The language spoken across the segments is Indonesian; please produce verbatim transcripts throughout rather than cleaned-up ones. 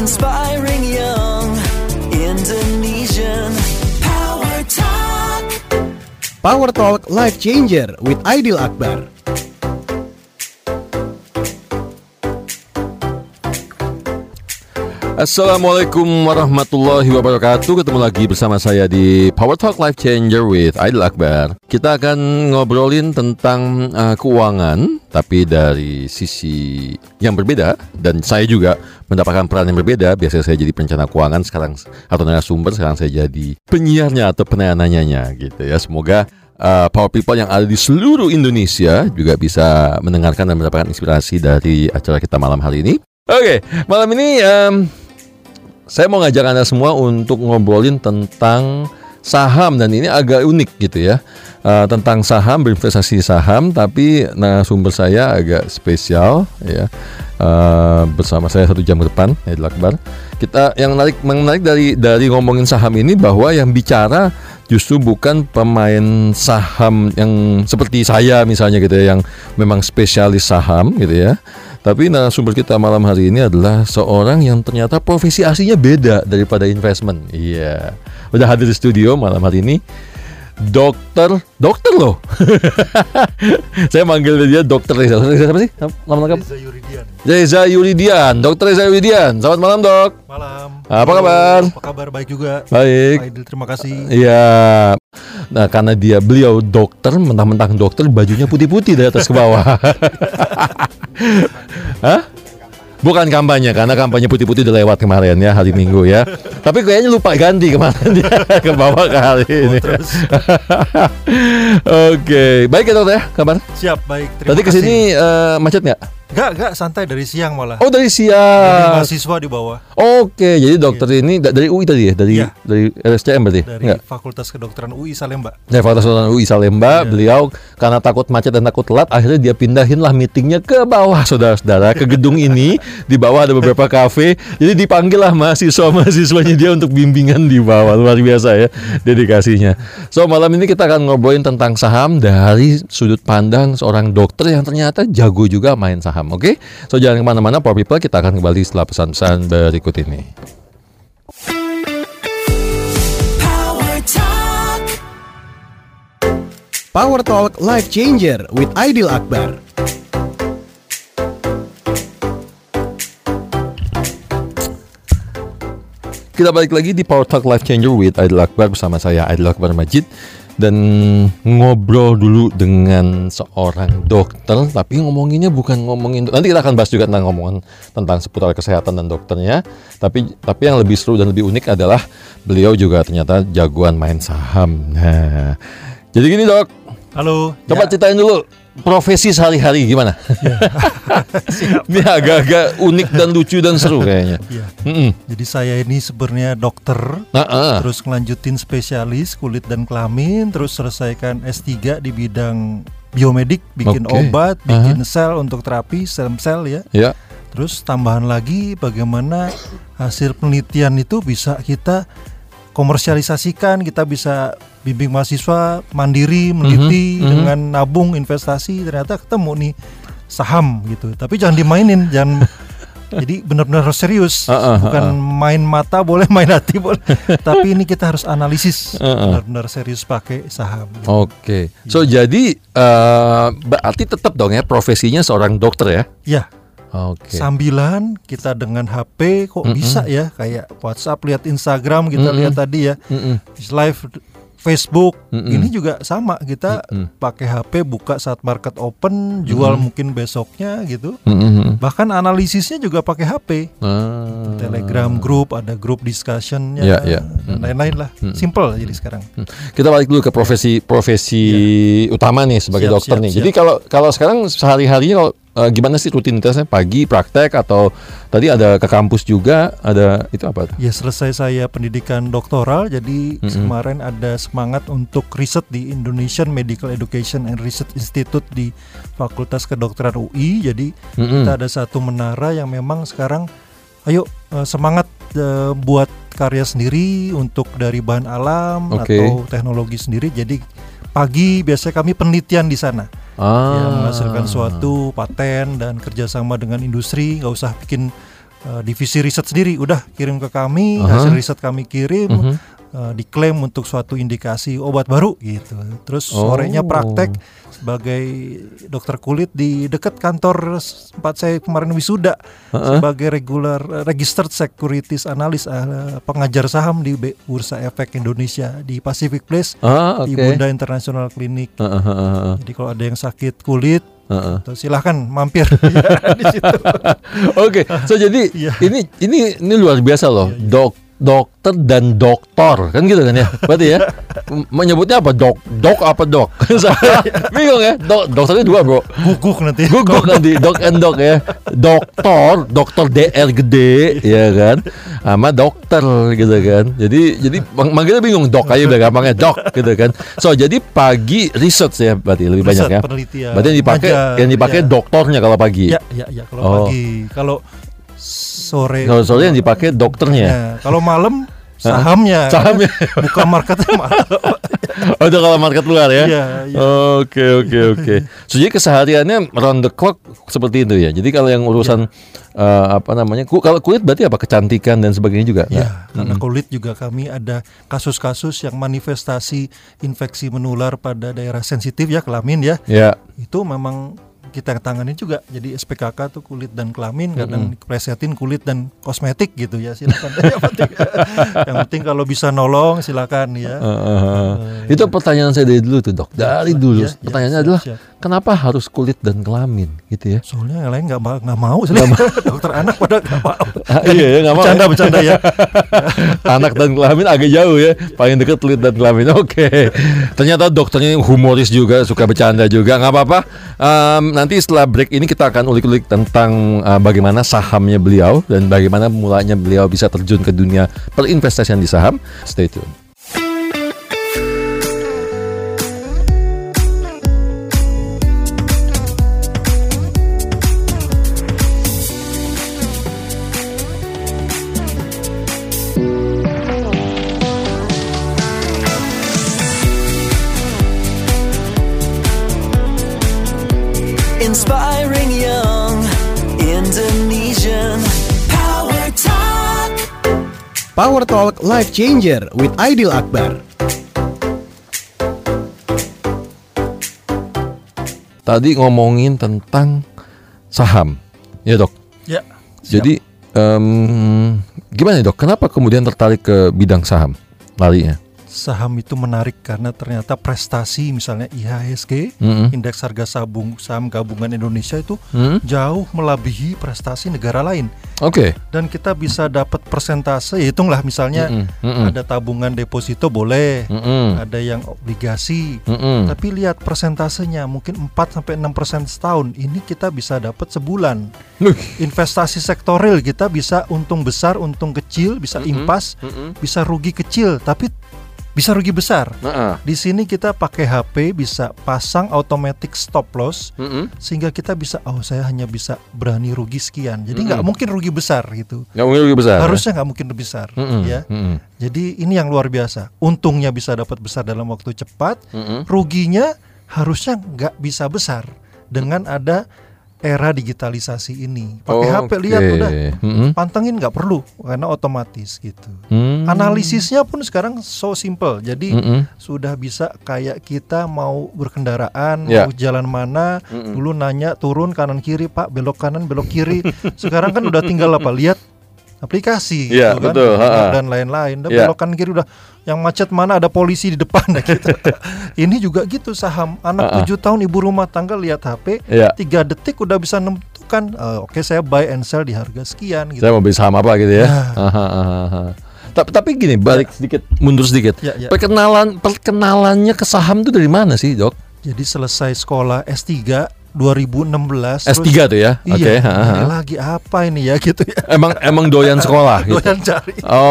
Inspiring young Indonesian Power Talk. Power Talk Life Changer with Aidil Akbar. Assalamualaikum warahmatullahi wabarakatuh. Ketemu lagi bersama saya di Power Talk Life Changer with Aidil Akbar. Kita akan ngobrolin tentang uh, keuangan, tapi dari sisi yang berbeda. Dan saya juga mendapatkan peran yang berbeda. Biasanya saya jadi perencana keuangan, sekarang atau narasumber, sekarang saya jadi penyiarnya atau penanya-nanyanya gitu ya. Semoga uh, Power People yang ada di seluruh Indonesia juga bisa mendengarkan dan mendapatkan inspirasi dari acara kita malam hari ini. Oke, malam ini um, saya mau ngajak Anda semua untuk ngobrolin tentang saham, dan ini agak unik gitu ya, uh, tentang saham, berinvestasi saham, tapi narasumber saya agak spesial ya, uh, bersama saya satu jam ke depan, Aidil Akbar. Kita yang menarik, menarik dari dari ngomongin saham ini bahwa yang bicara justru bukan pemain saham yang seperti saya misalnya gitu ya, yang memang spesialis saham gitu ya. Tapi narasumber kita malam hari ini adalah seorang yang ternyata profesi aslinya beda daripada investment. Iya, udah hadir di studio malam hari ini. Dokter, dokter loh. Saya manggil dia Dokter Reza. Reza siapa sih? Nama lengkap? Reza Yuridian. Reza Yuridian, Dokter Reza Yuridian. Selamat malam, Dok. Malam. Apa kabar? Apa kabar? Baik juga. Baik. Aidil, terima kasih. Iya. Nah, karena dia beliau dokter, mentang-mentang dokter, bajunya putih-putih dari atas ke bawah. Hah? Bukan kampanye, karena kampanye putih-putih udah lewat kemarin ya, hari Minggu ya. Tapi kayaknya lupa ganti kemarin dia ke bawah ke hari ini. Oke, baik ya Dok ya, kabar? Siap, baik. Terima Tadi kesini uh, macet nggak? Enggak, enggak, santai dari siang malah. Oh, dari siang. Dari mahasiswa di bawah. Oke, jadi dokter iya. ini da- dari U I tadi ya, dari iya. dari R S C M berarti? Dari Enggak? Fakultas Kedokteran U I Salemba. Ya, Fakultas Kedokteran U I Salemba. Iya. Beliau karena takut macet dan takut telat, akhirnya dia pindahin lah meetingnya ke bawah, saudara-saudara, ke gedung ini. Di bawah ada beberapa kafe. Jadi dipanggil lah mahasiswa-mahasiswanya dia untuk bimbingan di bawah. Luar biasa ya dedikasinya. So, malam ini kita akan ngobrolin tentang saham dari sudut pandang seorang dokter yang ternyata jago juga main saham. Oke? So, jangan kemana-mana, Power People. Kita akan kembali setelah pesan-pesan berikut ini. Power Talk. Power Talk Life Changer with Aidil Akbar. Kita balik lagi di Power Talk Life Changer with Aidil Akbar bersama saya Aidil Akbar Majid, dan ngobrol dulu dengan seorang dokter, tapi ngomonginnya bukan ngomongin, nanti kita akan bahas juga tentang ngomongan tentang seputar kesehatan dan dokternya, tapi tapi yang lebih seru dan lebih unik adalah beliau juga ternyata jagoan main saham. Nah, jadi gini Dok, halo. coba Ya. ceritain dulu profesi sehari-hari gimana? Ya. Ini agak-agak unik dan lucu dan seru kayaknya. Ya. Mm-mm. Jadi saya ini sebenarnya dokter, Nah, terus ngelanjutin spesialis kulit dan kelamin, terus selesaikan S tiga di bidang biomedik, bikin Oke. obat, bikin uh-huh. sel untuk terapi stem cell ya. Ya. Terus tambahan lagi bagaimana hasil penelitian itu bisa kita komersialisasikan, kita bisa bimbing mahasiswa mandiri meneliti mm-hmm, dengan nabung investasi, ternyata ketemu nih saham gitu. Tapi jangan dimainin, jangan jadi benar-benar harus serius, uh, uh, bukan uh. main mata boleh, main hati boleh. Tapi ini kita harus analisis, uh, uh. benar-benar serius pakai saham. Gitu. Oke, okay. So jadi uh, berarti tetap dong ya profesinya seorang dokter ya? Ya. Oke. Okay. Sambilan kita dengan H P kok mm-mm. bisa ya, kayak WhatsApp, lihat Instagram kita mm-mm. lihat tadi ya, mm-mm. live Facebook, mm-mm. ini juga sama, kita mm-mm. pakai H P buka saat market open, jual mm-mm. mungkin besoknya gitu. Mm-mm. Bahkan analisisnya juga pakai H P. Ah. Telegram group, ada group discussionnya, yeah, yeah. dan lain-lain lah. Mm-mm. Simple jadi sekarang. Kita balik dulu ke profesi profesi yeah. utama nih sebagai siap, dokter siap, nih. Siap. Jadi kalau kalau sekarang sehari-harinya kalau uh, gimana sih rutinitasnya? Pagi praktek atau tadi ada ke kampus juga, ada itu apa? Ya, selesai saya pendidikan doktoral, jadi mm-hmm. kemarin ada semangat untuk riset di Indonesian Medical Education and Research Institute di Fakultas Kedokteran U I. Jadi mm-hmm. kita ada satu menara yang memang sekarang ayo uh, semangat uh, buat karya sendiri untuk dari bahan alam okay. atau teknologi sendiri. Jadi pagi biasanya kami penelitian di sana. Ah. Ya, menghasilkan suatu paten dan kerjasama dengan industri, nggak usah bikin uh, divisi riset sendiri udah kirim ke kami, Uh-huh. hasil riset kami kirim, Mhm. uh, diklaim untuk suatu indikasi obat baru gitu. Terus Oh. sorenya praktek sebagai dokter kulit di dekat kantor tempat saya kemarin wisuda Uh-uh. sebagai regular uh, registered securities analyst, uh, pengajar saham di B- Bursa Efek Indonesia di Pacific Place Ah, oke. di Bunda International Clinic. Heeh, heeh, heeh. Jadi kalau ada yang sakit kulit, Heeh. tuh silahkan mampir ya, di situ. Oke, so jadi Iya. ini ini ini luar biasa loh, dok dokter dan doktor kan gitu kan ya, berarti ya M- menyebutnya apa dok dok apa dok? Saya bingung ya, dok dokternya dua bro, Guguk nanti. guguk nanti dok and dok ya, doktor dokter D R gede ya kan, sama dokter gitu kan, jadi jadi mang- manggilnya bingung dok aja udah gampangnya dok gitu kan. So jadi pagi research ya berarti lebih banyak Riset, ya. penelitian. Berarti yang dipakai Ngajar, yang dipakai ya. doktornya kalau pagi. Ya, ya, ya. Kalau Oh. pagi, kalau sore. Kalau sore yang dipakai dokternya. Ya, kalau malam sahamnya. Sahamnya. Buka marketnya malam. Oh itu kalau market luar ya. Iya, iya. Oke oke oke. So, jadi kesehariannya round the clock seperti itu ya. Jadi kalau yang urusan eh, apa namanya, ku- kalau kulit berarti apa, kecantikan dan sebagainya juga. Ya, karena kulit juga kami ada kasus-kasus yang manifestasi infeksi menular pada daerah sensitif ya, kelamin ya. Ya. Itu memang kita tangani juga. Jadi S P K K tuh kulit dan kelamin, kadang plesetin kulit dan kosmetik gitu ya, silakan. yang penting, yang penting kalau bisa nolong silakan ya. Eh, eh, eh. Itu pertanyaan saya dari dulu tuh dok. Dari dulu Ya, ya, pertanyaannya siap, adalah siap. kenapa harus kulit dan kelamin gitu ya? Soalnya yang lain nggak ma- nggak mau, soalnya dokter anak pada nggak mau. Ah, iya ya nggak mau. Bercanda ya? bercanda ya. Anak dan kelamin agak jauh ya. Paling dekat kulit dan kelamin. Oke. Ternyata dokternya humoris juga, suka bercanda juga. Nggak apa-apa. Em, nanti setelah break ini kita akan ulik-ulik tentang eh, bagaimana sahamnya beliau dan bagaimana mulanya beliau bisa terjun ke dunia perinvestasian di saham. Stay tune. Inspiring young Indonesian Power Talk. Power Talk Life Changer with Aidil Akbar. Tadi ngomongin tentang saham, ya dok. Ya. Jadi em, gimana dok? Kenapa kemudian tertarik ke bidang saham larinya? Saham itu menarik karena ternyata prestasi misalnya I H S G, Mm-mm. indeks harga sabung saham gabungan Indonesia itu Hmm? jauh melebihi prestasi negara lain. Oke. Dan kita bisa dapat persentase, ya hitunglah misalnya Mm-mm, mm-mm. ada tabungan deposito boleh, Mm-mm. ada yang obligasi. Mm-mm. Tapi lihat persentasenya mungkin empat sampai enam persen setahun. Ini kita bisa dapat sebulan. Wih. Investasi sektoril kita bisa untung besar, untung kecil, bisa impas, Mm-mm. bisa rugi kecil, tapi bisa rugi besar. Nah, Di sini kita pakai H P bisa pasang automatic stop loss mm-mm. sehingga kita bisa, oh saya hanya bisa berani rugi sekian. Jadi nggak Mm-mm. mungkin rugi besar gitu. Nggak mungkin lebih besar. Harusnya nggak mungkin lebih besar, Mm-mm. ya. Mm-mm. Jadi ini yang luar biasa. Untungnya bisa dapat besar dalam waktu cepat, Mm-mm. ruginya harusnya nggak bisa besar dengan ada era digitalisasi ini. Pakai H P lihat Oke. udah, Mm-mm. pantengin nggak perlu karena otomatis gitu. Hmm. Analisisnya pun sekarang so simple. Jadi Mm-mm. sudah bisa kayak kita mau berkendaraan, Ya. mau jalan mana, Mm-mm. dulu nanya turun kanan kiri Pak, belok kanan belok kiri. Sekarang kan udah tinggal apa, lihat aplikasi Ya, gitu kan, betul, ha-ha. dan lain-lain. Udah Ya. belok kanan kiri udah, yang macet mana ada polisi di depan nah, gitu. Ini juga gitu saham. Anak Ha-ha. tujuh tahun ibu rumah tangga lihat H P, Ya. tiga detik udah bisa menentukan, eh, oke saya buy and sell di harga sekian gitu. Saya mau beli saham apa gitu ya. Ya. Aha, aha, aha. Ta- Tapi gini, balik sedikit, mundur sedikit. Ya, ya. Perkenalan perkenalannya ke saham itu dari mana sih, Dok? Jadi selesai sekolah S tiga dua ribu enam belas. S tiga tuh ya. Oke, Iya, ha, ha. nyari lagi apa ini ya gitu ya. Emang emang doyan sekolah gitu. Doyan cari.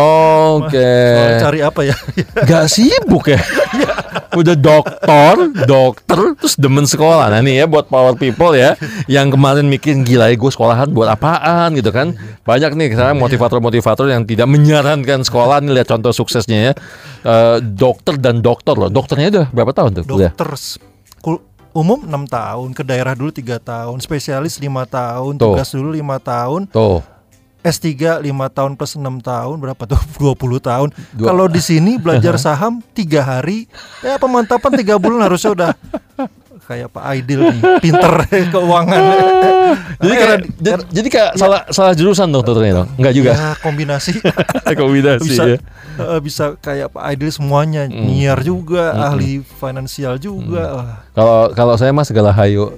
Oke. Soal cari apa ya? Gak sibuk ya. Udah dokter, dokter, terus demen sekolah. Nah nih ya buat power people ya, yang kemarin mikir gila ya gue sekolahan buat apaan gitu kan. Banyak nih sekarang motivator-motivator yang tidak menyarankan sekolah. Nih lihat contoh suksesnya ya. Eh, dokter dan dokter loh. Dokternya udah berapa tahun tuh kuliah? Dokter s- kul- umum enam tahun, ke daerah dulu tiga tahun, spesialis lima tahun, Tuh. tugas dulu lima tahun. Tuh. S tiga lima tahun plus enam tahun berapa tuh? dua puluh tahun. Dua- Kalau di sini belajar saham tiga hari, ya pemantapan tiga bulan harusnya udah kayak Pak Aidil nih, pinter keuangan. Jadi kayak, jadi, jadi kayak salah salah jurusan dong dokternya dong? Enggak juga. Ya, kombinasi. Kombinasi bisa ya. eh, bisa kayak Pak Aidil semuanya, Hmm. nyiar juga, Hmm. ahli finansial juga. Wah. Kalau kalau saya mah segala hayo.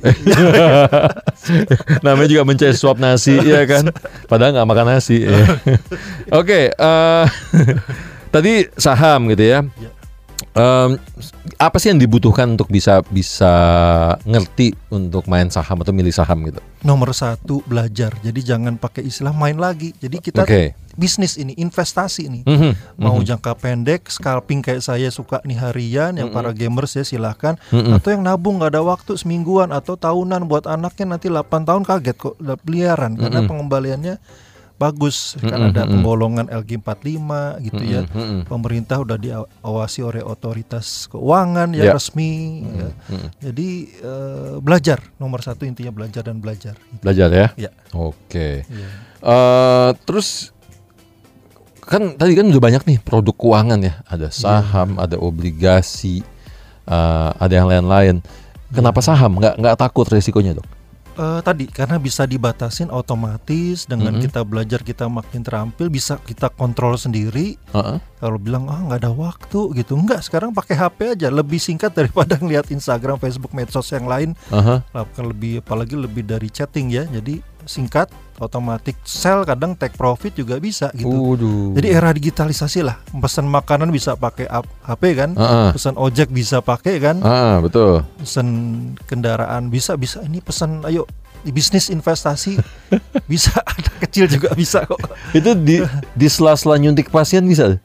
Namanya juga mencari suap nasi ya kan. Padahal nggak makan nasi. Ya. Oke, eh, tadi saham gitu ya. Ya. Em, apa sih yang dibutuhkan untuk bisa bisa ngerti untuk main saham atau milih saham gitu? Nomor satu belajar. Jadi jangan pakai istilah main lagi. Jadi kita Oke. bisnis ini, investasi ini. Mhm, Mau mhm. jangka pendek, scalping kayak saya suka nih harian, yang Mm-mm. para gamers ya silahkan. Mm-mm. Atau yang nabung nggak ada waktu semingguan atau tahunan buat anaknya nanti delapan tahun kaget kok udah miliaran karena Mm-mm. pengembaliannya bagus. Kan Mm-mm, ada mm-mm. penggolongan L G empat puluh lima gitu ya. Mm-mm, mm-mm. Pemerintah udah diawasi oleh otoritas keuangan Ya. ya resmi. ya. Mm-mm. Jadi eh, belajar nomor satu intinya belajar dan belajar. Belajar ya. Ya. Oke. Iya. Eh, terus kan tadi kan udah banyak nih produk keuangan ya, ada saham, ada obligasi, eh, ada yang lain-lain. Kenapa saham? Nggak nggak takut resikonya dok? Eh, tadi karena bisa dibatasin otomatis dengan Mm-mm. kita belajar kita makin terampil bisa kita kontrol sendiri. Heeh. Kalau bilang ah nggak ada waktu gitu, enggak, sekarang pakai H P aja lebih singkat daripada ngeliat Instagram, Facebook, medsos yang lain. Aha. Bahkan lebih apalagi lebih dari chatting ya. Jadi singkat, otomatis sell, kadang take profit juga bisa gitu. Waduh. Jadi era digitalisasi lah. Pesan makanan bisa pakai ap- H P kan, Heeh. pesan ojek bisa pakai kan, Ah, betul. pesan kendaraan bisa bisa ini pesan ayo di bisnis investasi bisa ada kecil juga bisa kok. Itu di di sela-sela nyuntik pasien bisa.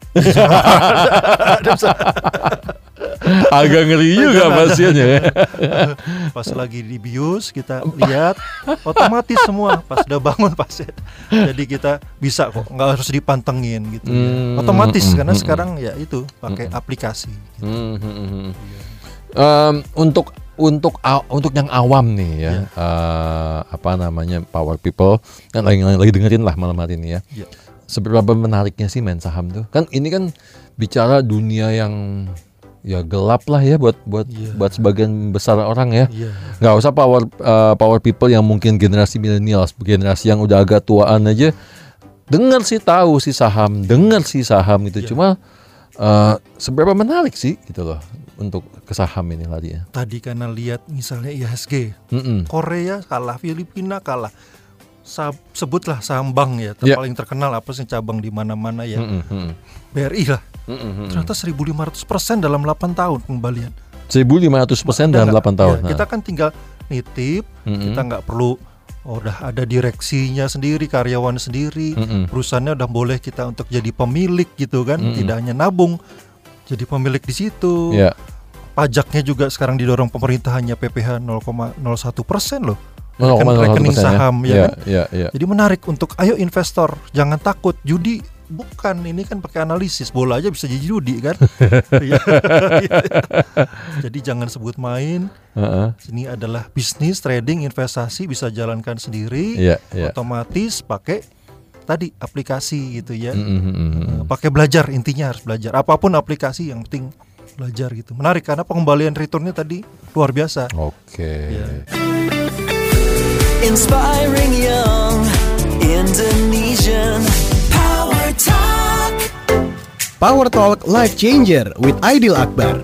Agak ngeri juga pasiennya ya. Pas lagi dibius kita lihat otomatis semua pas udah bangun pasien. Jadi kita bisa kok, nggak harus dipantengin gitu ya. Hmm, Otomatis hmm, karena hmm, sekarang ya itu pakai aplikasi. Gitu. Hmm, hmm, hmm. Em, untuk untuk aw- untuk yang awam nih ya, Ya. eh, apa namanya power people kan lagi lagi dengerin lah malam hari ini ya. Ya. Seberapa menariknya sih main saham tuh? Kan ini kan bicara dunia yang ya gelap lah ya buat buat Iya. buat sebagian besar orang ya. Iya. Nggak usah power eh, power people yang mungkin generasi milenial, generasi yang udah agak tuaan aja dengar sih tahu sih saham, dengar sih saham gitu. Iya. Cuma eh, seberapa menarik sih gitu loh untuk ke saham ini larinya. Tadi karena lihat misalnya I H S G, Mm-mm. Korea kalah, Filipina kalah. Sa- sebutlah saham bank ya, Ya. ter- paling terkenal apa sih cabang di mana-mana ya. Mm-mm, mm-mm. B R I lah. Mm-mm, mm-mm. Ternyata seribu lima ratus persen dalam delapan tahun pengembalian. seribu lima ratus persen dalam Udah delapan nggak- tahun. ya, kita kan tinggal nitip, Mm-mm. kita nggak perlu oh, udah ada direksinya sendiri, karyawan sendiri, Mm-mm. perusahaannya udah boleh kita untuk jadi pemilik gitu kan, Mm-mm. tidak hanya nabung, jadi pemilik di situ. Ya. Pajaknya juga sekarang didorong pemerintah hanya P P H nol koma nol satu persen loh. nol koma nol satu Rekening persen saham ya, ya. kan? Ya, ya. Jadi menarik untuk ayo investor, jangan takut judi. Bukan, ini kan pakai analisis, bola aja bisa jadi judi kan. Iya. Jadi jangan sebut main. Heeh. Ini adalah bisnis, trading, investasi bisa jalankan sendiri. Iya, iya. Otomatis pakai tadi aplikasi gitu ya. Mm-mm, mm-mm. Eh, Pakai belajar, intinya harus belajar. Apapun aplikasi yang penting belajar gitu. Menarik karena pengembalian returnnya tadi luar biasa. Oke. Ya. Inspiring young Indonesian Power Talk. Power Talk Life Changer with Aidil Akbar.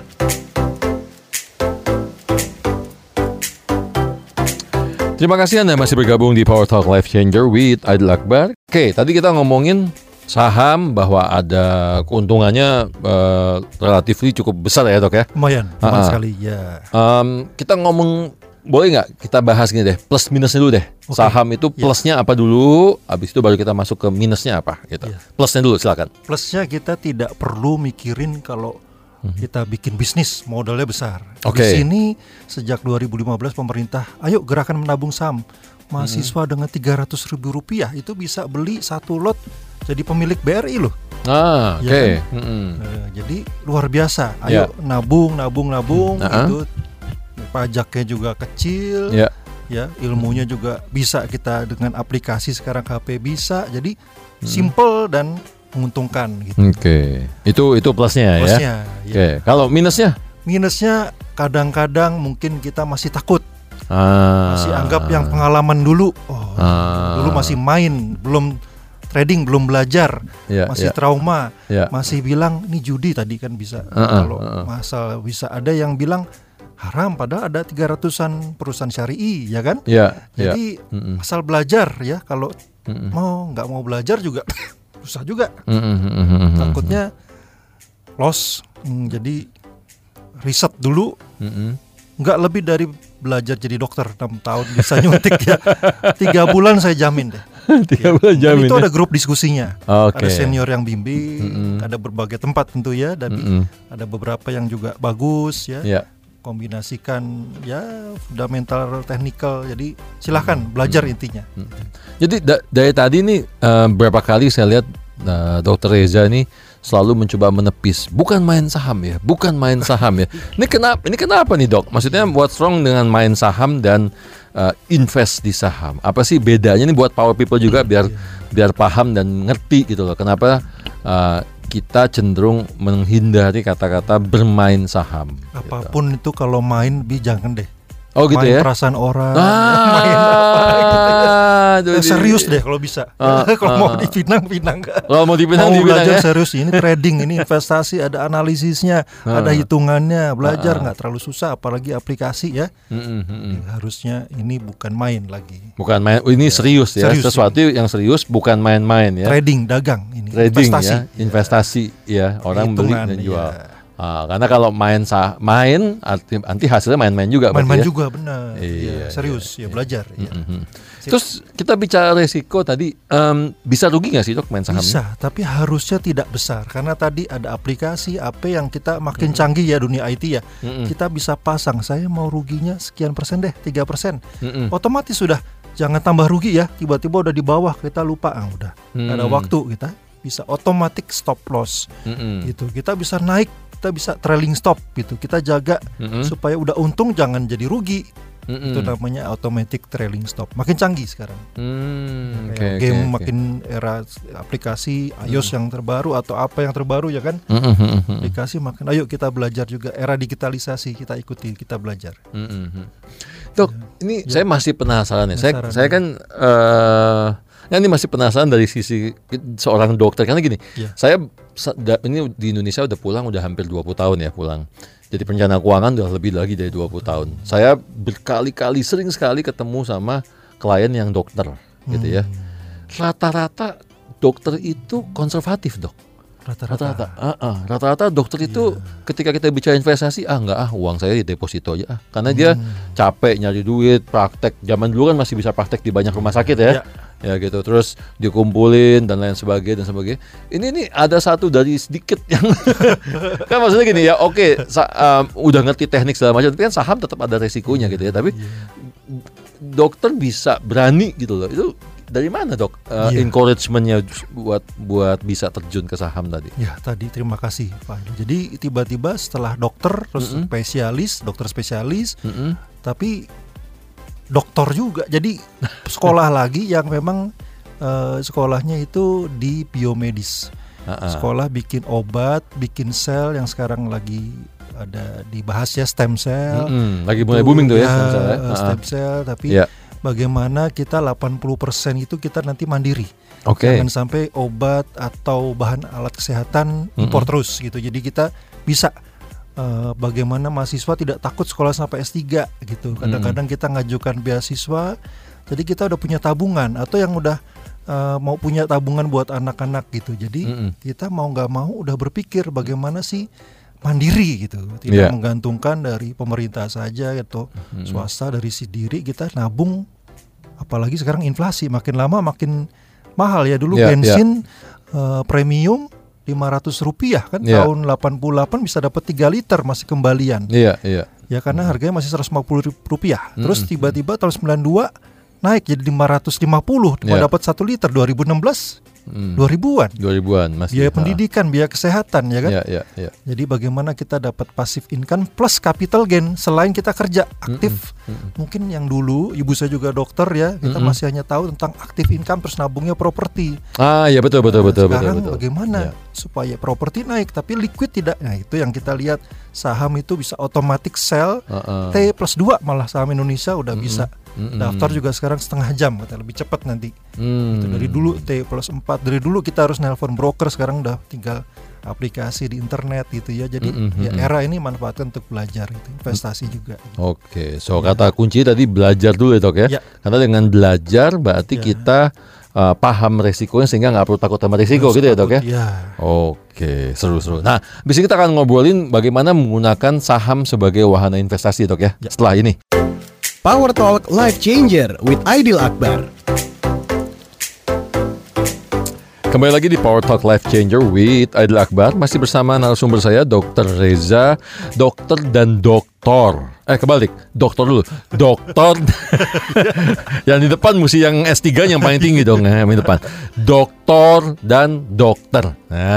Terima kasih Anda masih bergabung di Power Talk Life Changer with Aidil Akbar. Oke, tadi kita ngomongin saham bahwa ada keuntungannya eh, relatif cukup besar ya dok ya. Lumayan, lumayan Ah, ah. sekali ya. Em, kita ngomong boleh nggak kita bahas gini deh plus minusnya dulu deh. Oke. Saham itu plusnya apa dulu, habis itu baru kita masuk ke minusnya apa gitu. Iya. Plusnya dulu silakan. Plusnya kita tidak perlu mikirin kalau kita bikin bisnis modalnya besar. Oke. Di sini sejak dua ribu lima belas pemerintah, ayo gerakan menabung saham. Mahasiswa dengan tiga ratus ribu rupiah itu bisa beli satu lot jadi pemilik B R I loh. Ah, oke. Iya Mm-mm. Eh, jadi luar biasa. Ya. Ayo nabung, nabung, nabung Hmm. Ah. gitu. Pajaknya juga kecil. Ya. ya, ilmunya juga bisa kita dengan aplikasi sekarang H P bisa, jadi hmm. simple dan menguntungkan gitu. Oke, okay. itu itu plusnya, plusnya ya. ya. Oke, okay. Kalau minusnya? Minusnya kadang-kadang mungkin kita masih takut, ah. masih anggap yang pengalaman dulu, oh, ah. dulu masih main, belum trading, belum belajar, yeah, masih yeah. trauma, yeah. masih bilang ini judi tadi kan bisa. Uh-uh, kalau uh-uh. masalah bisa ada yang bilang haram, padahal ada tiga ratusan perusahaan syari'i, ya kan? Yeah, Jadi yeah. asal belajar ya, kalau uh-uh. mau nggak mau belajar juga susah juga, uh-uh. takutnya loss. Hmm, jadi riset dulu, uh-uh. nggak lebih dari belajar jadi dokter enam tahun bisa nyuntik ya, tiga bulan saya jamin deh. Tiga bulan ya. jamin. Itu ya? ada grup diskusinya, okay. ada senior yang bimbing, mm-hmm. ada berbagai tempat tentu ya, dan mm-hmm. ada beberapa yang juga bagus ya. Yeah. Kombinasikan ya fundamental, technical, jadi silahkan belajar hmm. intinya. Hmm. Jadi da- dari tadi nih uh, berapa kali saya lihat uh, Dokter Reza ini selalu mencoba menepis, bukan main saham ya, bukan main saham ya. Ini kenapa? Ini kenapa nih dok? Maksudnya what's wrong dengan main saham dan uh, invest di saham? Apa sih bedanya nih buat power people juga biar biar paham dan ngerti gitu loh. Kenapa uh, kita cenderung menghindari kata-kata bermain saham. Apapun gitu. Itu kalau main, bi jangan deh. Oh gitu main ya. Perasaan orang, ah, main apa gitu ya. Nah, serius deh kalau bisa. Ah, kalau ah, mau dipinang-pinang. Kalau mau dipinang, mau dipinang belajar ya? Serius, ini trading, ini investasi, ada analisisnya, ah, ada hitungannya. Belajar nggak ah, terlalu susah, apalagi aplikasi ya. Hmm, hmm, hmm. Harusnya ini bukan main lagi. Bukan main, ini ya, serius ya. Serius, sesuatu ini. Yang serius, bukan main-main ya. Trading, dagang ini. Trading investasi. ya, investasi ya. Orang hitungan, beli dan jual. Ya. Ah, karena kalau main sah main arti, nanti hasilnya main-main juga. Main-main ya? juga benar. Iya, ya, serius iya, ya belajar. Iya. Ya. Terus kita bicara resiko tadi, um, bisa rugi nggak sih dok main saham? Bisa, tapi harusnya tidak besar karena tadi ada aplikasi A P yang kita makin mm-hmm. canggih ya dunia I T ya. Mm-hmm. Kita bisa pasang, saya mau ruginya sekian persen deh, tiga persen. Mm-hmm. Otomatis sudah, jangan tambah rugi ya. Tiba-tiba udah di bawah kita lupa, ah udah. Mm-hmm. Ada waktu kita bisa automatic stop loss. Mm-hmm. Gitu. Kita bisa naik, kita bisa trailing stop gitu. Kita jaga mm-hmm. supaya udah untung jangan jadi rugi. Mm-hmm. Itu namanya automatic trailing stop. Makin canggih sekarang. Mm, okay, game okay, makin okay. era aplikasi iOS mm. yang terbaru atau apa yang terbaru ya kan. Mm-hmm. Aplikasi makin. Ayo kita belajar juga era digitalisasi, kita ikuti, kita belajar. Mm-hmm. Dok, ya. ini ya. Saya masih penasaran ya. Penasaran saya saya ya. kan uh, ya ini masih penasaran dari sisi seorang dokter karena gini. Ya. Saya ini di Indonesia udah pulang udah hampir dua puluh tahun ya pulang. Jadi perencana keuangan udah lebih lagi dari dua puluh tahun. Saya berkali-kali sering sekali ketemu sama klien yang dokter hmm. gitu ya. Rata-rata dokter itu konservatif, Dok. Rata-rata. Rata-rata, uh-uh. Rata-rata dokter itu yeah. ketika kita bicara investasi, ah enggak ah uang saya di deposito aja ah. Karena hmm. dia capek nyari duit, praktek. Zaman dulu kan masih bisa praktek di banyak rumah sakit ya. Yeah. Ya gitu, terus dikumpulin dan lain sebagainya dan sebagainya. Ini nih ada satu dari sedikit yang kan maksudnya gini ya, oke, okay, sa- um, udah ngerti teknik segala macam, tapi kan saham tetap ada resikonya gitu ya. Tapi dokter bisa berani gitu loh. Itu dari mana dok? Uh, yeah. Encouragement-nya buat buat bisa terjun ke saham tadi? Ya tadi terima kasih Pak. Jadi tiba-tiba setelah dokter terus mm-hmm. spesialis, dokter spesialis, mm-hmm. tapi doktor juga, jadi sekolah lagi yang memang uh, sekolahnya itu di biomedis. Uh-uh. Sekolah bikin obat, bikin sel yang sekarang lagi ada dibahas ya, stem cell. Mm-hmm. Lagi mulai booming tuh ya, ya stem cell. Uh-uh. Stem cell, tapi yeah. bagaimana kita delapan puluh persen itu kita nanti mandiri. Okay. Jangan sampai obat atau bahan alat kesehatan impor mm-hmm. terus gitu. Jadi kita bisa Uh, bagaimana mahasiswa tidak takut sekolah sampai S tiga gitu. Kadang-kadang kita ngajukan beasiswa, jadi kita udah punya tabungan atau yang udah uh, mau punya tabungan buat anak-anak gitu. Jadi mm-hmm. kita mau nggak mau udah berpikir bagaimana sih mandiri gitu, tidak yeah. menggantungkan dari pemerintah saja atau mm-hmm. swasta, dari sendiri kita nabung. Apalagi sekarang inflasi makin lama makin mahal ya. Dulu yeah, bensin yeah. Uh, premium lima ratus rupiah kan, yeah. tahun delapan puluh delapan bisa dapat tiga liter masih kembalian. Iya, yeah, iya. Yeah. Ya karena harganya masih seratus lima puluh rupiah. Terus mm-hmm. tiba-tiba tahun sembilan puluh dua naik jadi lima ratus lima puluh, cuma yeah. dapat satu liter. dua ribu enam belas Hmm. dua ribuan. dua ribuan masih. Biaya pendidikan, biaya kesehatan ya kan. Ya, ya, ya. Jadi bagaimana kita dapat passive income plus capital gain selain kita kerja aktif. Mm-mm. Mm-mm. Mungkin yang dulu ibu saya juga dokter ya, kita Mm-mm. masih hanya tahu tentang active income terus nabungnya properti. Ah, ya betul betul Nah, betul sekarang betul betul. bagaimana Ya. supaya properti naik tapi liquid tidak? Nah, itu yang kita lihat, saham itu bisa automatic sell Uh-uh. T plus dua, malah saham Indonesia udah Mm-mm. bisa. Mm-mm. Daftar juga sekarang setengah jam, kata lebih cepat nanti. Hmm. Itu dari dulu T plus empat, dari dulu kita harus nelpon broker, sekarang udah tinggal aplikasi di internet gitu ya. Jadi Mm-mm, ya mm-mm. era ini manfaatkan untuk belajar gitu, investasi juga. Oke, so kata kunci tadi belajar dulu ya dok ya. Ya. Karena dengan belajar berarti Ya. kita uh, paham resikonya sehingga nggak perlu takut sama resiko Terus gitu ya dok ya. takut, ya. Oke, seru-seru. Nah, bisa kita akan ngobrolin bagaimana menggunakan saham sebagai wahana investasi dok ya. Ya. Setelah ini. Power Talk Life Changer with Aidil Akbar. Kembali lagi di Power Talk Life Changer with Aidil Akbar. Masih bersama narasumber saya Dokter Reza, dokter dan doktor. Eh kebalik, dokter dulu. Dokter. Yang di depan mesti yang S tiga yang paling tinggi dong, yang di depan. Doktor dan dokter.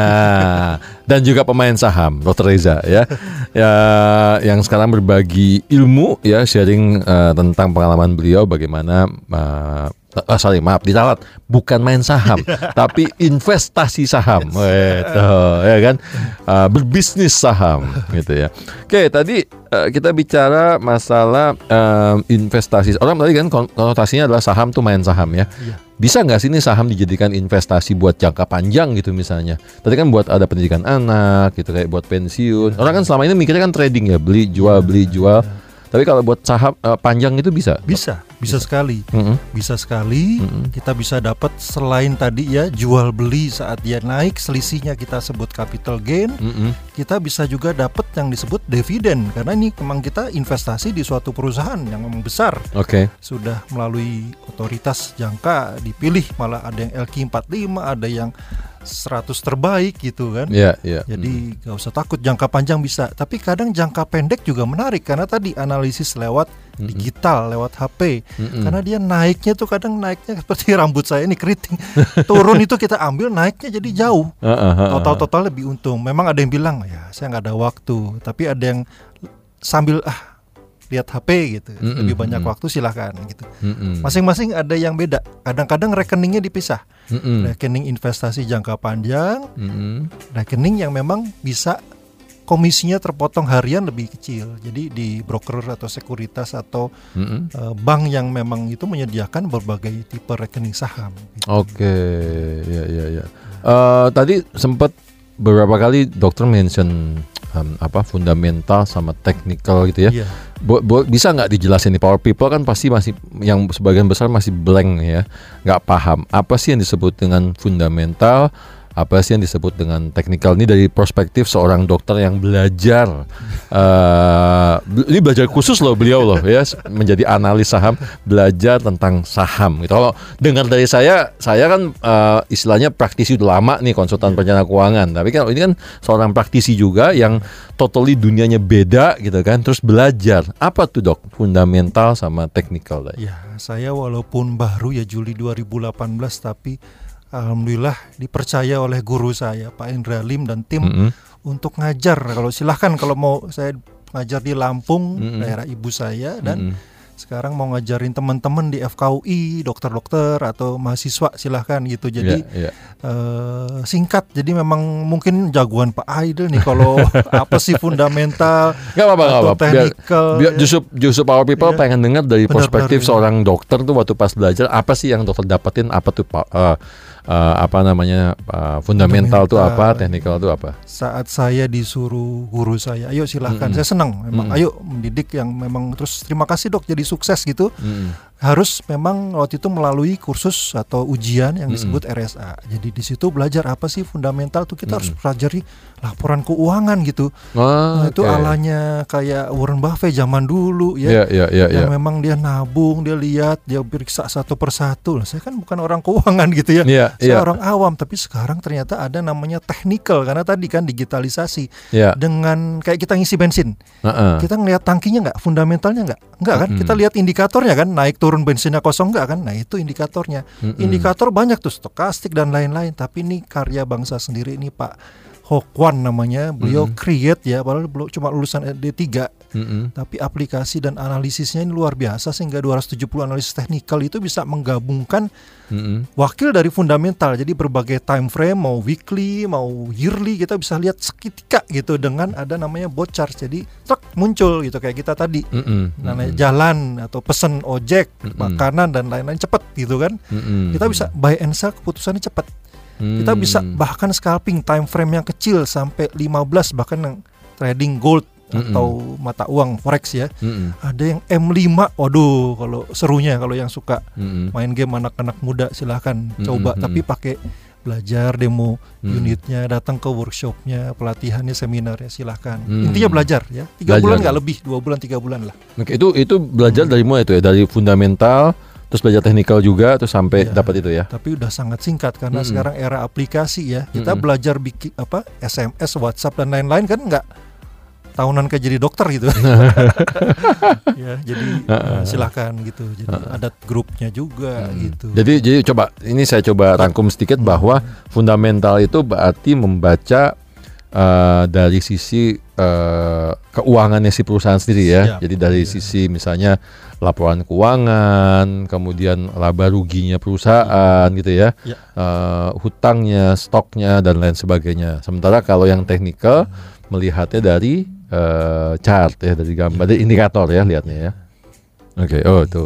Nah, dan juga pemain saham, Dokter Reza ya. Ya, yang sekarang berbagi ilmu ya, sharing uh, tentang pengalaman beliau bagaimana uh, Uh, sorry maaf ditalat, bukan main saham tapi investasi saham, gitu, ya kan, uh, berbisnis saham gitu ya. Oke, tadi uh, kita bicara masalah uh, investasi. Orang tadi kan konotasinya adalah saham tuh main saham ya. Iya. Bisa nggak sih ini saham dijadikan investasi buat jangka panjang gitu misalnya? Tadi kan buat ada pendidikan anak gitu, kayak buat pensiun. Orang kan selama ini mikirnya kan trading ya, beli jual beli jual. Tapi kalau buat saham uh, panjang itu bisa? Bisa, bisa sekali. Mm-mm. Bisa sekali. Mm-mm. Kita bisa dapat selain tadi ya jual beli saat dia naik, selisihnya kita sebut capital gain. Mm-mm. Kita bisa juga dapat yang disebut dividen, karena ini memang kita investasi di suatu perusahaan yang memang besar. Oke. Sudah melalui otoritas jangka dipilih, malah ada yang L Q empat puluh lima, ada yang seratus terbaik gitu kan. Iya, iya. Jadi gak usah takut, jangka panjang bisa. Tapi kadang jangka pendek juga menarik, karena tadi analisis lewat Mm-mm. digital, lewat H P. Mm-mm. Karena dia naiknya tuh kadang naiknya seperti rambut saya ini keriting. Turun itu kita ambil, naiknya jadi jauh. Uh, uh, uh, uh. Total-total lebih untung. Memang ada yang bilang, ya saya nggak ada waktu. Tapi ada yang sambil ah lihat H P gitu, Mm-mm, lebih banyak mm-mm. waktu silahkan gitu. Mm-mm. Masing-masing ada yang beda. Kadang-kadang rekeningnya dipisah. Mm-mm. Rekening investasi jangka panjang, Mm-mm. rekening yang memang bisa komisinya terpotong harian lebih kecil. Jadi di broker atau sekuritas atau Mm-mm. uh, bank yang memang itu menyediakan berbagai tipe rekening saham. Gitu. Oke, ya, ya, ya. Eh, tadi sempat beberapa kali dokter mention um, apa fundamental sama technical gitu ya. Iya. Bo- bo- bisa nggak dijelasin nih, Power People kan pasti masih yang sebagian besar masih blank ya, nggak paham apa sih yang disebut dengan fundamental, apa sih yang disebut dengan technical. Ini dari perspektif seorang dokter yang belajar, uh, ini belajar khusus loh beliau loh ya, menjadi analis saham, belajar tentang saham gitu. Kalau dengar dari saya, saya kan uh, istilahnya praktisi udah lama nih, konsultan perencana keuangan, tapi kan ini kan seorang praktisi juga yang totally dunianya beda gitu kan, terus belajar apa tuh dok fundamental sama technical tadi. Ya, saya walaupun baru ya Juli dua ribu delapan belas, tapi alhamdulillah dipercaya oleh guru saya Pak Indra Lim dan tim Mm-mm. untuk ngajar. Kalau silahkan kalau mau saya ngajar di Lampung, Mm-mm. daerah ibu saya, dan Mm-mm. sekarang mau ngajarin teman-teman di F K U I, dokter-dokter atau mahasiswa silahkan gitu. Jadi Ya, ya. eh, singkat. Jadi memang mungkin jagoan Pak Aidil nih kalau apa sih fundamental Gak apa-apa, gak atau apa-apa. Biar, technical. biar ya. justru, justru Power People Iya. pengen dengar dari Benar-benar, perspektif iya. seorang dokter tuh waktu pas belajar apa sih yang dokter dapetin, apa tuh Pak, uh, uh, apa namanya uh, fundamental tuh apa, Fundamental. technical tuh apa. Saat saya disuruh guru saya, ayo silahkan, Mm-mm. saya senang memang, Mm-mm. ayo mendidik yang memang, terus terima kasih dok jadi sukses gitu. Mm-mm. Harus memang waktu itu melalui kursus atau ujian yang Mm-mm. disebut R S A. Jadi di situ belajar apa sih fundamental tuh, kita harus Mm-mm. pelajari laporan keuangan gitu. Oh, Nah, itu oke. alanya kayak Warren Buffett zaman dulu ya. Iya, iya, iya, iya. Yang memang dia nabung, dia lihat, dia periksa satu persatu. Lah, saya kan bukan orang keuangan gitu ya. Iya, Saya iya. orang awam, tapi sekarang ternyata ada namanya technical, karena tadi kan digitalisasi. Iya. Dengan kayak kita ngisi bensin, Heeh. kita ngelihat tangkinya nggak, fundamentalnya nggak, nggak kan? Mm-mm. Kita lihat indikatornya kan, naik turun turun bensinnya kosong nggak kan? Nah itu indikatornya. Mm-mm. Indikator banyak tuh, stokastik dan lain-lain. Tapi ini karya bangsa sendiri ini Pak Ho Kwon namanya, beliau mm-hmm. create ya, padahal belum cuma lulusan D tiga, mm-hmm. tapi aplikasi dan analisisnya ini luar biasa sehingga dua ratus tujuh puluh analisis teknikal itu bisa menggabungkan mm-hmm. wakil dari fundamental. Jadi berbagai time frame, mau weekly, mau yearly, kita bisa lihat seketika gitu dengan ada namanya bot chart. Jadi truk muncul gitu kayak kita tadi, mm-hmm. namanya jalan atau pesan ojek, mm-hmm. makanan dan lain-lain cepat gitu kan. Mm-hmm. Kita bisa buy and sell, keputusannya cepat. Kita bisa bahkan scalping time frame yang kecil sampai lima belas, bahkan yang trading gold mm-mm. atau mata uang forex ya. Mm-mm. Ada yang M lima, waduh kalau serunya kalau yang suka mm-mm. main game anak-anak muda silahkan mm-mm. coba, tapi pakai belajar demo mm. unitnya, datang ke workshopnya, pelatihannya, seminarnya silahkan. Mm. Intinya belajar ya, tiga bulan nggak lebih, dua bulan tiga bulan lah. Oke, itu itu belajar mm. dari mulai itu ya, dari fundamental. Terus belajar teknikal juga, terus sampai ya, dapat itu ya. Tapi udah sangat singkat karena mm-hmm. sekarang era aplikasi ya. Kita mm-hmm. belajar bikin apa S M S, WhatsApp dan lain-lain kan nggak tahunan kayak jadi dokter gitu. Ya, jadi uh, silahkan gitu. Jadi uh, ada grupnya juga uh, gitu. Jadi jadi coba ini saya coba rangkum sedikit uh, bahwa fundamental itu berarti membaca uh, dari sisi uh, keuangannya si perusahaan sendiri ya. Siap. Jadi dari ya. sisi misalnya laporan keuangan, kemudian laba ruginya perusahaan gitu ya, ya. Uh, hutangnya, stoknya dan lain sebagainya. Sementara kalau yang teknikal hmm. melihatnya dari uh, chart ya, dari gambar, ya. dari indikator ya lihatnya ya. Oke, okay. oh tuh.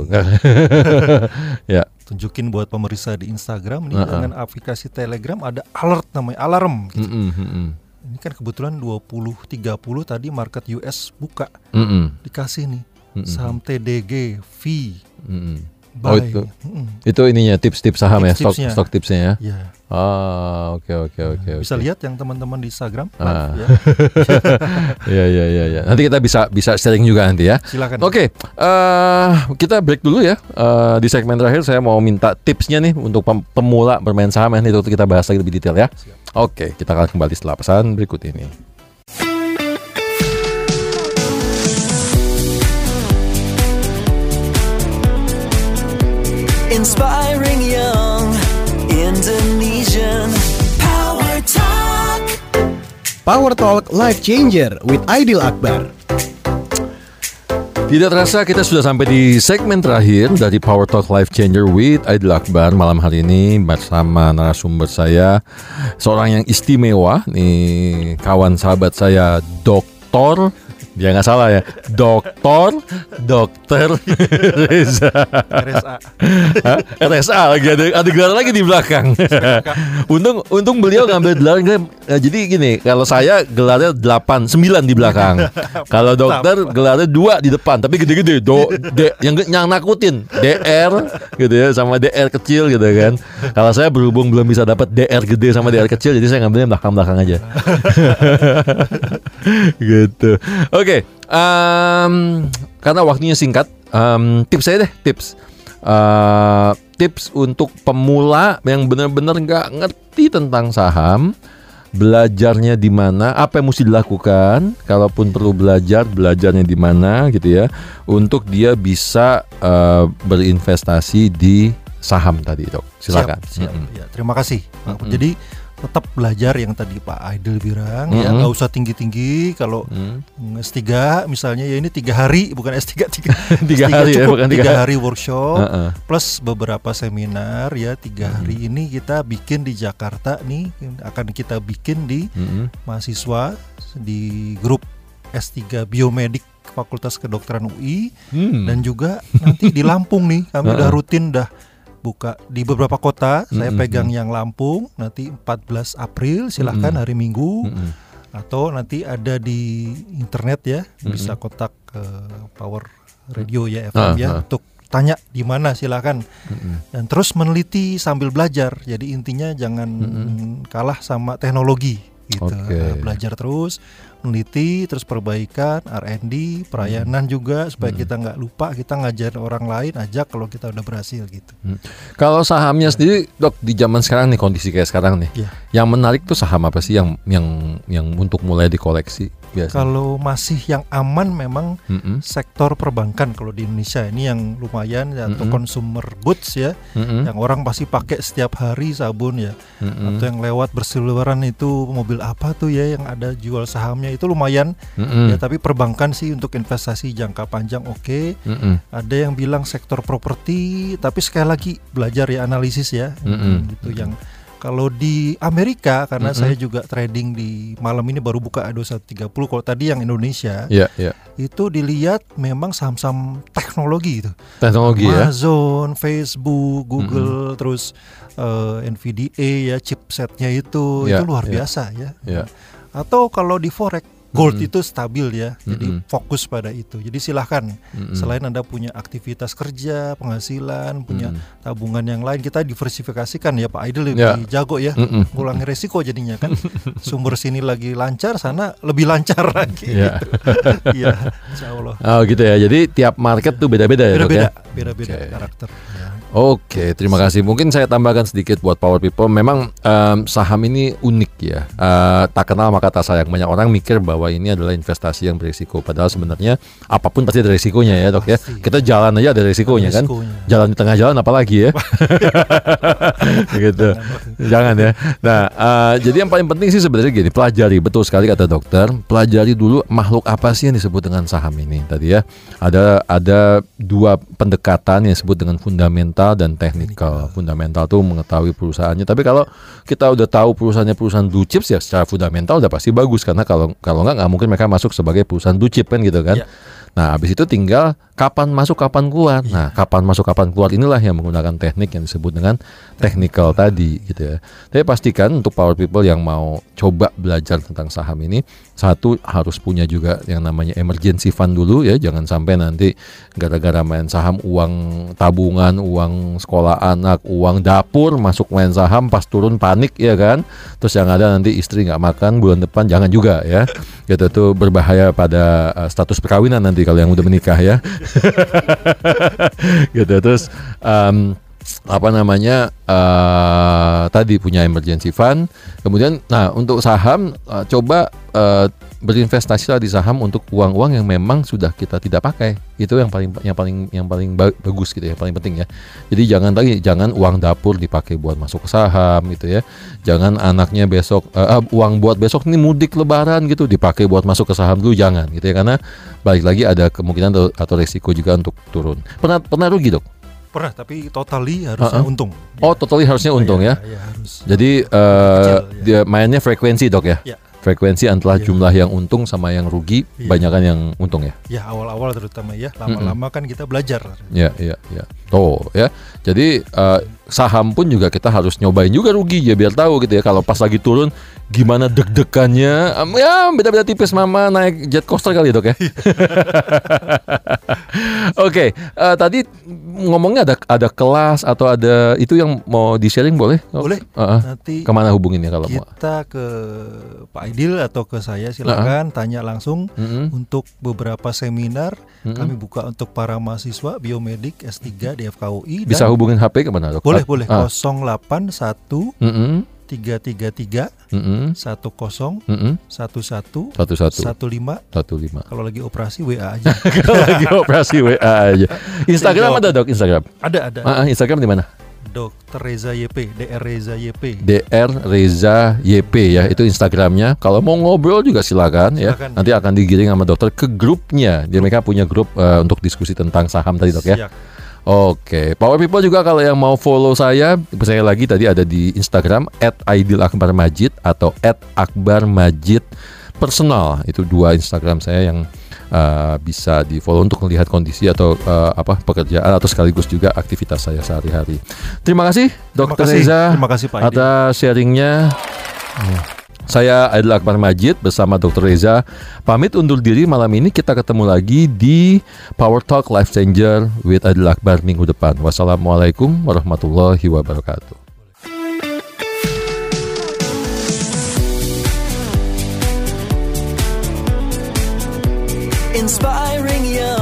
Ya. Tunjukin buat pemirsa di Instagram nih, uh-uh. dengan aplikasi Telegram ada alert namanya alarm. Gitu. Mm-mm, mm-mm. Ini kan kebetulan dua puluh tiga puluh tadi market U S buka, mm-mm. dikasih nih. Mm-mm. Saham T D G, V, mm-mm. Oh itu, mm-mm. itu ininya tips-tips saham tips, ya, stok, stok tipsnya ya. Yeah. Ah, oke oke oke. Bisa okay. lihat yang teman-teman di Instagram. Ah. Ya. ya ya ya ya. Nanti kita bisa bisa sharing juga nanti ya. Silakan. Oke, okay. uh, kita break dulu ya. Uh, di segmen terakhir saya mau minta tipsnya nih untuk pemula bermain saham ya. Itu kita bahas lagi lebih detail ya. Oke, okay, kita akan kembali setelah pesan berikut ini. Inspiring young Indonesian Power Talk. Power Talk Life Changer with Aidil Akbar. Tidak terasa kita sudah sampai di segmen terakhir dari Power Talk Life Changer with Aidil Akbar. Malam hari ini bersama narasumber saya, seorang yang istimewa nih, kawan sahabat saya, Doktor dia nggak salah ya, Doktor Dokter Reza R S A. Hah? R S A lagi ada, ada gelar lagi di belakang. untung untung beliau ngambil gelar. Nah, jadi gini, kalau saya gelarnya delapan sembilan di belakang. Kalau dokter gelarnya dua di depan, tapi gede-gede. Do, D, yang yang nakutin D R gitu ya, sama D R kecil gitu kan. Kalau saya berhubung belum bisa dapat D R gede sama D R kecil, jadi saya ngambilnya belakang-belakang aja. Gitu. Oke. Oke, okay, um, karena waktunya singkat, um, tips saya deh, tips, uh, tips untuk pemula yang benar-benar nggak ngerti tentang saham, belajarnya di mana, apa yang mesti dilakukan, kalaupun perlu belajar, belajarnya di mana, gitu ya, untuk dia bisa uh, berinvestasi di saham tadi, dok. Silakan. Siap, siap. Mm-hmm. Ya, terima kasih. Mm-hmm. Jadi tetap belajar yang tadi Pak Aidil bilang, mm-hmm. ya nggak usah tinggi-tinggi. Kalau mm. S tiga misalnya ya ini tiga hari, bukan S tiga tiga, tiga hari cukup, ya, bukan tiga tiga hari workshop uh-uh. plus beberapa seminar ya tiga mm-hmm. hari ini kita bikin di Jakarta nih, akan kita bikin di mm-hmm. mahasiswa di grup S tiga Biomedik Fakultas Kedokteran U I mm. dan juga nanti di Lampung nih kami uh-uh. udah rutin dah buka di beberapa kota. Mm-hmm. Saya pegang yang Lampung nanti empat belas April, silahkan mm-hmm. hari Minggu, mm-hmm. atau nanti ada di internet ya, mm-hmm. bisa kontak ke Power Radio ya F M uh, ya uh. untuk tanya di mana, silahkan. Mm-hmm. Dan terus meneliti sambil belajar. Jadi intinya jangan mm-hmm. kalah sama teknologi gitu. Okay. Belajar terus, meneliti, terus perbaikan, R and D, pelayanan hmm. juga supaya hmm. kita nggak lupa, kita ngajarin orang lain aja kalau kita udah berhasil gitu. Hmm. Kalau sahamnya ya. sendiri, dok, di zaman sekarang nih, kondisi kayak sekarang nih, ya. yang menarik tuh saham apa sih yang yang yang untuk mulai dikoleksi? biasa? Kalau masih yang aman memang Mm-mm. sektor perbankan kalau di Indonesia ini yang lumayan ya, atau Mm-mm. consumer goods ya, Mm-mm. yang orang pasti pakai setiap hari sabun ya, Mm-mm. atau yang lewat berseliweran itu mobil apa tuh ya yang ada jual sahamnya itu lumayan Mm-mm. ya, tapi perbankan sih untuk investasi jangka panjang oke. Mm-mm. Ada yang bilang sektor properti, tapi sekali lagi belajar ya, analisis ya, Mm-mm. gitu yang. Kalau di Amerika, karena Mm-mm. saya juga trading di malam ini baru buka dua puluh satu tiga puluh. Kalau tadi yang Indonesia, Ya, ya. itu dilihat memang saham-saham teknologi itu. Teknologi ya. Amazon, Facebook, Google, mm-hmm. terus uh, N V D A ya, chipsetnya itu, Ya, itu luar ya. biasa ya. Ya. Atau kalau di forex, gold Mm-mm. itu stabil ya, jadi Mm-mm. fokus pada itu. Jadi silahkan, Mm-mm. selain Anda punya aktivitas kerja, penghasilan, punya Mm-mm. tabungan yang lain, kita diversifikasikan ya Pak Aidil lebih Ya. jago ya, Mm-mm. ngulangi resiko jadinya kan. Sumber sini lagi lancar, sana lebih lancar lagi. Ya. Gitu. Iya, insya Allah. Oh gitu ya. Jadi tiap market tuh beda-beda ya, Dok ya. Beda-beda, beda-beda Oke. karakter. Ya. Oke, terima kasih. Mungkin saya tambahkan sedikit buat Power People. Memang em, saham ini unik ya. Eh, tak kenal maka tak sayang. Banyak orang mikir bahwa ini adalah investasi yang berisiko. Padahal sebenarnya apapun pasti ada risikonya ya, Dok ya. Pasti. Kita jalan aja ada risikonya kan. Risikonya. Jalan di tengah jalan apalagi ya. Gitu. Jangan ya. Nah, eh, jadi yang paling penting sih sebenarnya gini, pelajari. Betul sekali kata dokter. Pelajari dulu makhluk apa sih yang disebut dengan saham ini tadi ya. Ada ada dua pendekatan yang disebut dengan fundamental dan teknikal. Fundamental tuh mengetahui perusahaannya. Tapi kalau kita udah tahu perusahaannya perusahaan blue chips ya secara fundamental udah pasti bagus, karena kalau kalau nggak nggak mungkin mereka masuk sebagai perusahaan blue chip kan gitu kan. Ya. Nah, habis itu tinggal kapan masuk kapan keluar. Nah, kapan masuk kapan keluar inilah yang menggunakan teknik yang disebut dengan technical tadi gitu ya. Tapi pastikan untuk Power People yang mau coba belajar tentang saham ini, satu harus punya juga yang namanya emergency fund dulu ya. Jangan sampai nanti gara-gara main saham uang tabungan, uang sekolah anak, uang dapur masuk main saham, pas turun panik ya kan. Terus yang ada nanti istri nggak makan bulan depan, jangan juga ya. Gitu tuh berbahaya pada uh, status perkawinan nanti kalau yang udah menikah ya. Gitu. Terus um, apa namanya uh, tadi punya emergency fund. Kemudian nah untuk saham uh, coba uh, berinvestasilah di saham untuk uang-uang yang memang sudah kita tidak pakai. Itu yang paling yang paling yang paling bagus gitu ya, paling penting ya. Jadi jangan tadi jangan uang dapur dipakai buat masuk ke saham gitu ya. Jangan anaknya besok uh, uang buat besok ini mudik lebaran gitu dipakai buat masuk ke saham dulu, jangan gitu ya, karena balik lagi ada kemungkinan atau, atau resiko juga untuk turun. Pernah pernah rugi, Dok? Pernah, tapi totally harusnya Uh-uh. untung. Oh, totally harusnya untung ya. Ya, harus. Jadi uh, Kecil, ya. dia mainnya frekuensi, Dok ya. Ya. Frekuensi antara Iya. jumlah yang untung sama yang rugi, Iya. banyakan yang untung ya. Ya awal-awal terutama ya, lama-lama kan kita belajar. Ya, ya, ya. Tuh ya. Jadi uh, saham pun juga kita harus nyobain juga rugi ya biar tahu gitu ya. Kalau pas lagi turun gimana deg-degannya. Um, ya beda-beda tipis, mama naik jet coaster kali, Dok ya. Oke, okay, uh, tadi ngomongnya ada ada kelas atau ada itu yang mau di-sharing boleh? Boleh. Uh-uh. Nanti Kemana hubunginnya kalau mau? kita ke Pak Aidil atau ke saya silakan tanya langsung. Mm-mm. Untuk beberapa seminar Mm-mm. kami buka untuk para mahasiswa biomedik S tiga di F K U I. Bisa dan hubungin H P kemana, Dok? boleh boleh Ah. nol delapan satu Mm-mm. tiga tiga tiga Mm-mm. satu nol Mm-mm. satu satu Satu-satu. satu lima. Satu lima. Kalau lagi operasi W A aja. Kalau lagi operasi W A aja. Instagram ada, Dok? Instagram? Ada ada. Ah, ah, Instagram di mana? Dokter Reza Y P, D R Reza Y P. D R Reza Y P ya, itu Instagramnya. Kalau mau ngobrol juga silakan, ya. Silakan. Nanti akan digiring sama dokter ke grupnya. Dia mereka punya grup uh, untuk diskusi tentang saham tadi, Dok ya. Siap. Oke, Power People juga kalau yang mau follow saya, saya lagi tadi ada di Instagram at aidil akbar majid atau at akbar majid personal. Itu dua Instagram saya yang uh, bisa di follow untuk melihat kondisi atau uh, apa pekerjaan atau sekaligus juga aktivitas saya sehari-hari. Terima kasih Dokter kasih. Reza Terima kasih, Pak Aidil. atas sharingnya. Saya Aidil Akbar Majid bersama Dokter Reza pamit undur diri malam ini. Kita ketemu lagi di Power Talk Life Changer with Aidil Akbar minggu depan. Wassalamualaikum warahmatullahi wabarakatuh. Inspiring young